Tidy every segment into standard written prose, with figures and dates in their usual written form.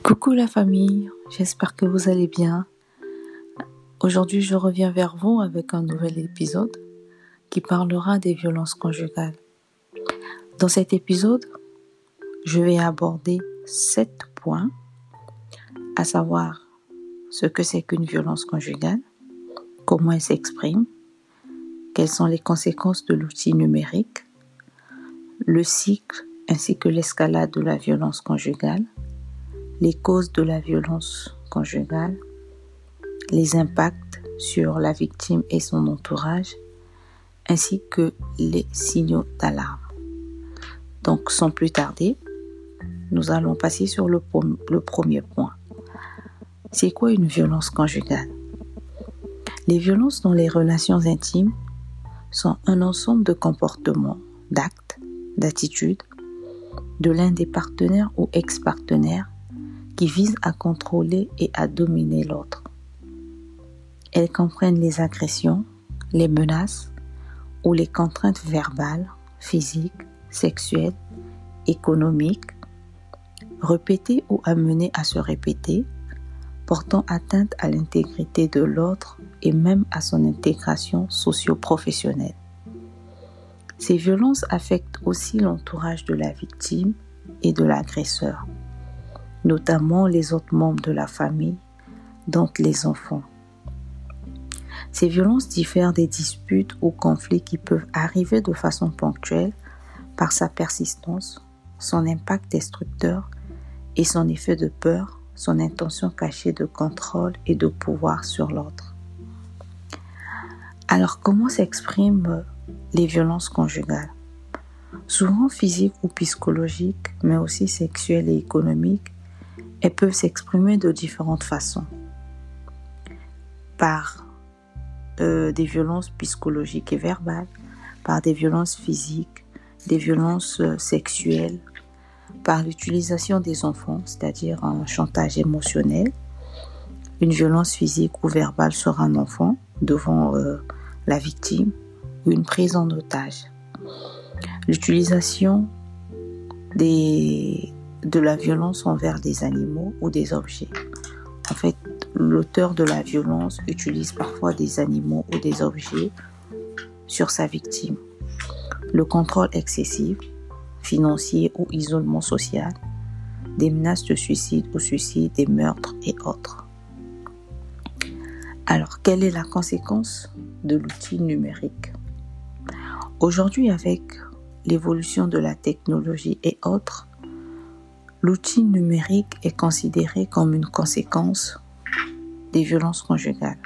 Coucou la famille, j'espère que vous allez bien. Aujourd'hui, je reviens vers vous avec un nouvel épisode qui parlera des violences conjugales. Dans cet épisode, je vais aborder 7 points, à savoir ce que c'est qu'une violence conjugale, comment elle s'exprime, quelles sont les conséquences de l'outil numérique, le cycle ainsi que l'escalade de la violence conjugale, les causes de la violence conjugale, les impacts sur la victime et son entourage, ainsi que les signaux d'alarme. Donc, sans plus tarder, nous allons passer sur le premier point. C'est quoi une violence conjugale? Les violences dans les relations intimes sont un ensemble de comportements, d'actes, d'attitudes de l'un des partenaires ou ex-partenaires qui visent à contrôler et à dominer l'autre. Elles comprennent les agressions, les menaces ou les contraintes verbales, physiques, sexuelles, économiques, répétées ou amenées à se répéter, portant atteinte à l'intégrité de l'autre et même à son intégration socio-professionnelle. Ces violences affectent aussi l'entourage de la victime et de l'agresseur, notamment les autres membres de la famille, dont les enfants. Ces violences diffèrent des disputes ou conflits qui peuvent arriver de façon ponctuelle par sa persistance, son impact destructeur et son effet de peur, son intention cachée de contrôle et de pouvoir sur l'autre. Alors, comment s'expriment les violences conjugales? Souvent physiques ou psychologiques, mais aussi sexuelles et économiques, elles peuvent s'exprimer de différentes façons. Par des violences psychologiques et verbales, par des violences physiques, des violences sexuelles, par l'utilisation des enfants, c'est-à-dire un chantage émotionnel, une violence physique ou verbale sur un enfant devant la victime, ou une prise en otage. L'utilisation de la violence envers des animaux ou des objets. En fait, l'auteur de la violence utilise parfois des animaux ou des objets sur sa victime. Le contrôle excessif, financier ou isolement social, des menaces de suicide ou suicide, des meurtres et autres. Alors, quelle est la conséquence de l'outil numérique? Aujourd'hui, avec l'évolution de la technologie et autres, l'outil numérique est considéré comme une conséquence des violences conjugales.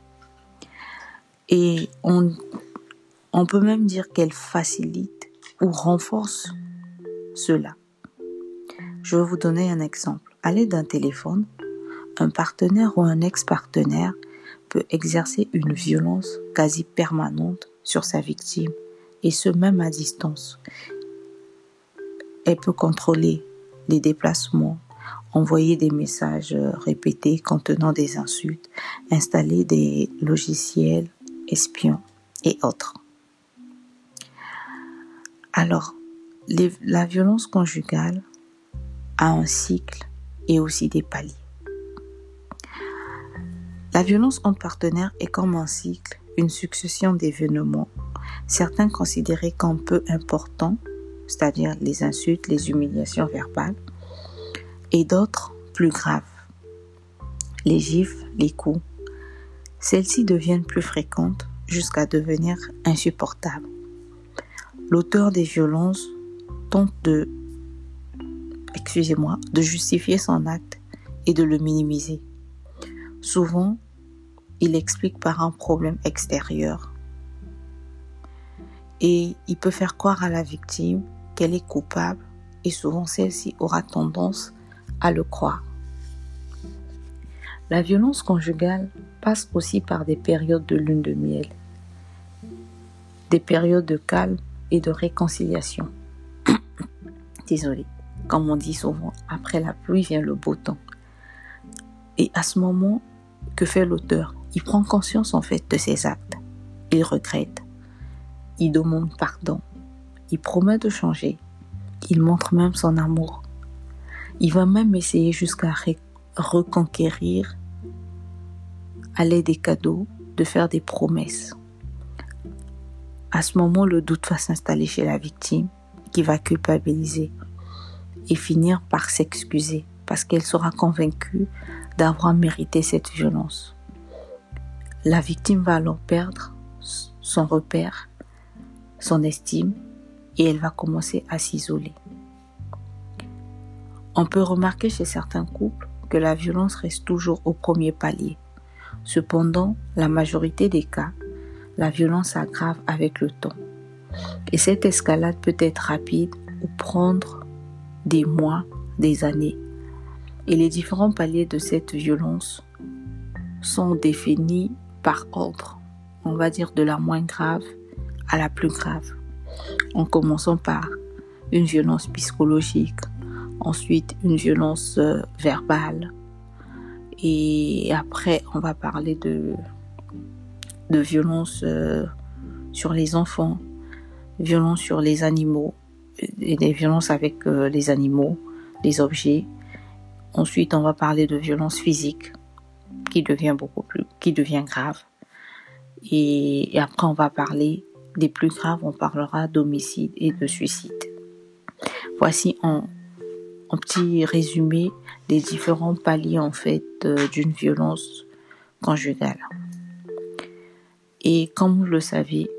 Et on peut même dire qu'elle facilite ou renforce cela. Je vais vous donner un exemple. À l'aide d'un téléphone, un partenaire ou un ex-partenaire peut exercer une violence quasi permanente sur sa victime, et ce même à distance. Elle peut contrôler les déplacements, envoyer des messages répétés contenant des insultes, installer des logiciels espions et autres. Alors, la violence conjugale a un cycle et aussi des paliers. La violence entre partenaires est comme un cycle, une succession d'événements, certains considérés comme peu importants, c'est-à-dire les insultes, les humiliations verbales, et d'autres plus graves, les gifles, les coups. Celles-ci deviennent plus fréquentes jusqu'à devenir insupportables. L'auteur des violences tente de justifier son acte et de le minimiser. Souvent, il explique par un problème extérieur et il peut faire croire à la victime qu'elle est coupable et souvent celle-ci aura tendance à le croire. La violence conjugale passe aussi par des périodes de lune de miel, des périodes de calme et de réconciliation. Désolée, comme on dit souvent, après la pluie vient le beau temps. Et à ce moment, que fait l'auteur? Il prend conscience en fait de ses actes. Il regrette. Il demande pardon. Il promet de changer. Il montre même son amour. Il va même essayer jusqu'à reconquérir à l'aide des cadeaux, de faire des promesses. À ce moment, le doute va s'installer chez la victime qui va culpabiliser et finir par s'excuser parce qu'elle sera convaincue d'avoir mérité cette violence. La victime va alors perdre son repère, son estime et elle va commencer à s'isoler. On peut remarquer chez certains couples que la violence reste toujours au premier palier. Cependant, la majorité des cas, la violence s'aggrave avec le temps. Et cette escalade peut être rapide ou prendre des mois, des années. Et les différents paliers de cette violence sont définis par ordre, on va dire de la moins grave à la plus grave. En commençant par une violence psychologique, ensuite une violence verbale, et après on va parler de violence sur les enfants, violence sur les animaux, et des violences avec les animaux, les objets. Ensuite on va parler de violence physique qui devient grave, et après on va parler des plus graves, on parlera d'homicide et de suicide. Voici en petit résumé les différents paliers en fait d'une violence conjugale. Et comme vous le savez,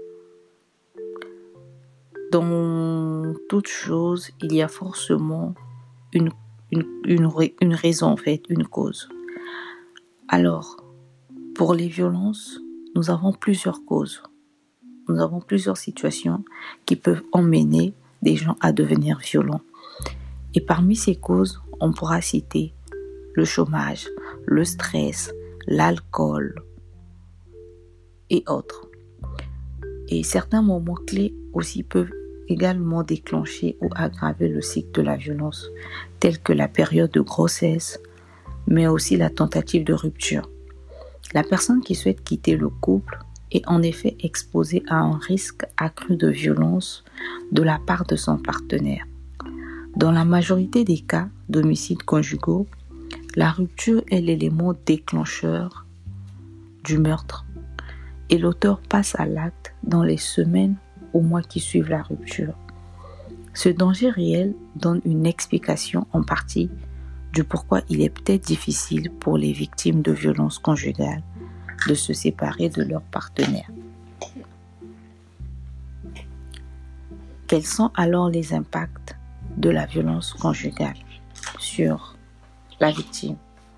dans toute chose, il y a forcément une raison en fait, une cause. Alors, pour les violences, nous avons plusieurs causes. Nous avons plusieurs situations qui peuvent emmener des gens à devenir violents. Et parmi ces causes, on pourra citer le chômage, le stress, l'alcool et autres. Et certains moments clés aussi peuvent également déclencher ou aggraver le cycle de la violence, tels que la période de grossesse, mais aussi la tentative de rupture. La personne qui souhaite quitter le couple est en effet exposée à un risque accru de violence de la part de son partenaire. Dans la majorité des cas d'homicides conjugaux, la rupture est l'élément déclencheur du meurtre et l'auteur passe à l'acte dans les semaines ou mois qui suivent la rupture. Ce danger réel donne une explication en partie du pourquoi il est peut-être difficile pour les victimes de violences conjugales de se séparer de leur partenaire. Quels sont alors les impacts de la violence conjugale sur la victime?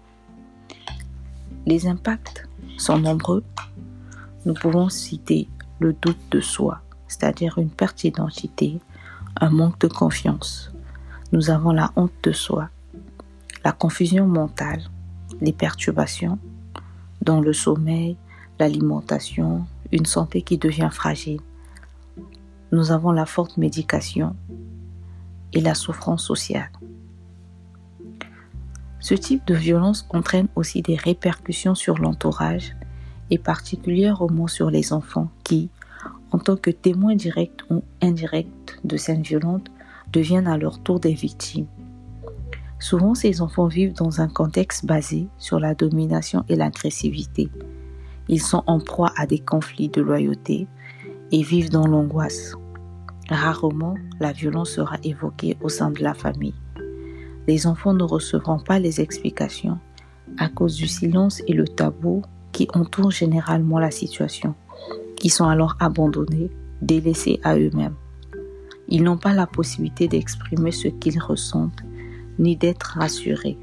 Les impacts sont nombreux. Nous pouvons citer le doute de soi, c'est-à-dire une perte d'identité, un manque de confiance. Nous avons la honte de soi, la confusion mentale, les perturbations dans le sommeil, l'alimentation, une santé qui devient fragile. Nous avons la forte médication et la souffrance sociale. Ce type de violence entraîne aussi des répercussions sur l'entourage et particulièrement sur les enfants qui, en tant que témoins directs ou indirects de scènes violentes, deviennent à leur tour des victimes. Souvent, ces enfants vivent dans un contexte basé sur la domination et l'agressivité. Ils sont en proie à des conflits de loyauté et vivent dans l'angoisse. Rarement, la violence sera évoquée au sein de la famille. Les enfants ne recevront pas les explications à cause du silence et le tabou qui entourent généralement la situation. Ils sont alors abandonnés, délaissés à eux-mêmes. Ils n'ont pas la possibilité d'exprimer ce qu'ils ressentent, ni d'être rassurés.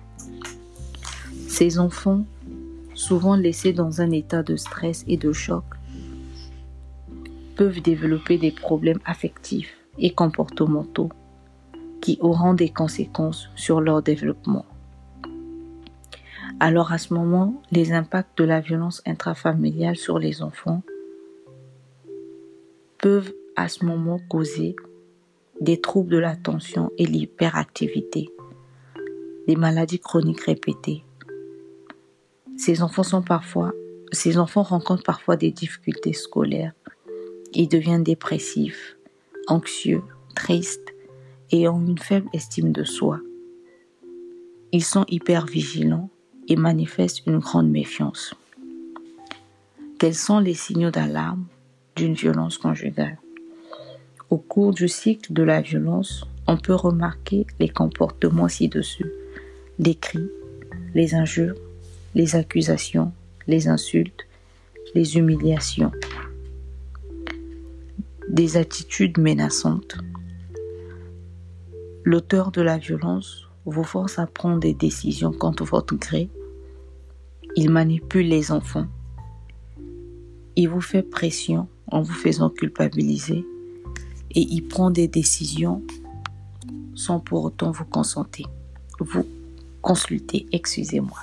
Ces enfants, souvent laissés dans un état de stress et de choc, peuvent développer des problèmes affectifs et comportementaux qui auront des conséquences sur leur développement. Alors à ce moment, les impacts de la violence intrafamiliale sur les enfants peuvent à ce moment causer des troubles de l'attention et l'hyperactivité, des maladies chroniques répétées. Ces enfants rencontrent parfois des difficultés scolaires. Ils deviennent dépressifs, anxieux, tristes et ont une faible estime de soi. Ils sont hyper vigilants et manifestent une grande méfiance. Quels sont les signaux d'alarme d'une violence conjugale? Au cours du cycle de la violence, on peut remarquer les comportements ci-dessus: les cris, les injures, les accusations, les insultes, les humiliations, des attitudes menaçantes. L'auteur de la violence vous force à prendre des décisions contre votre gré. Il manipule les enfants. Il vous fait pression en vous faisant culpabiliser et il prend des décisions sans pour autant vous consulter, excusez-moi.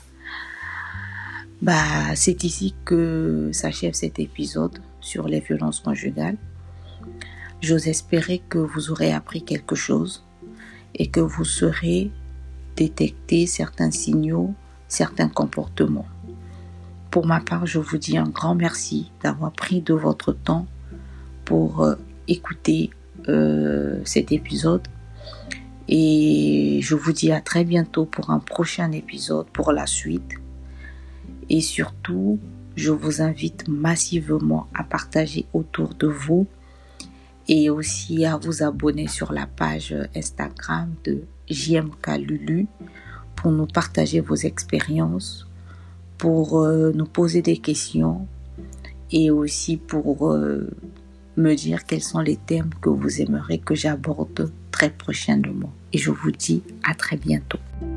C'est ici que s'achève cet épisode sur les violences conjugales. J'ose espérer que vous aurez appris quelque chose et que vous saurez détecter certains signaux, certains comportements. Pour ma part, je vous dis un grand merci d'avoir pris de votre temps pour écouter cet épisode. Et je vous dis à très bientôt pour un prochain épisode, pour la suite. Et surtout, je vous invite massivement à partager autour de vous et aussi à vous abonner sur la page Instagram de JMK Lulu pour nous partager vos expériences, pour nous poser des questions et aussi pour me dire quels sont les thèmes que vous aimeriez que j'aborde très prochainement. Et je vous dis à très bientôt.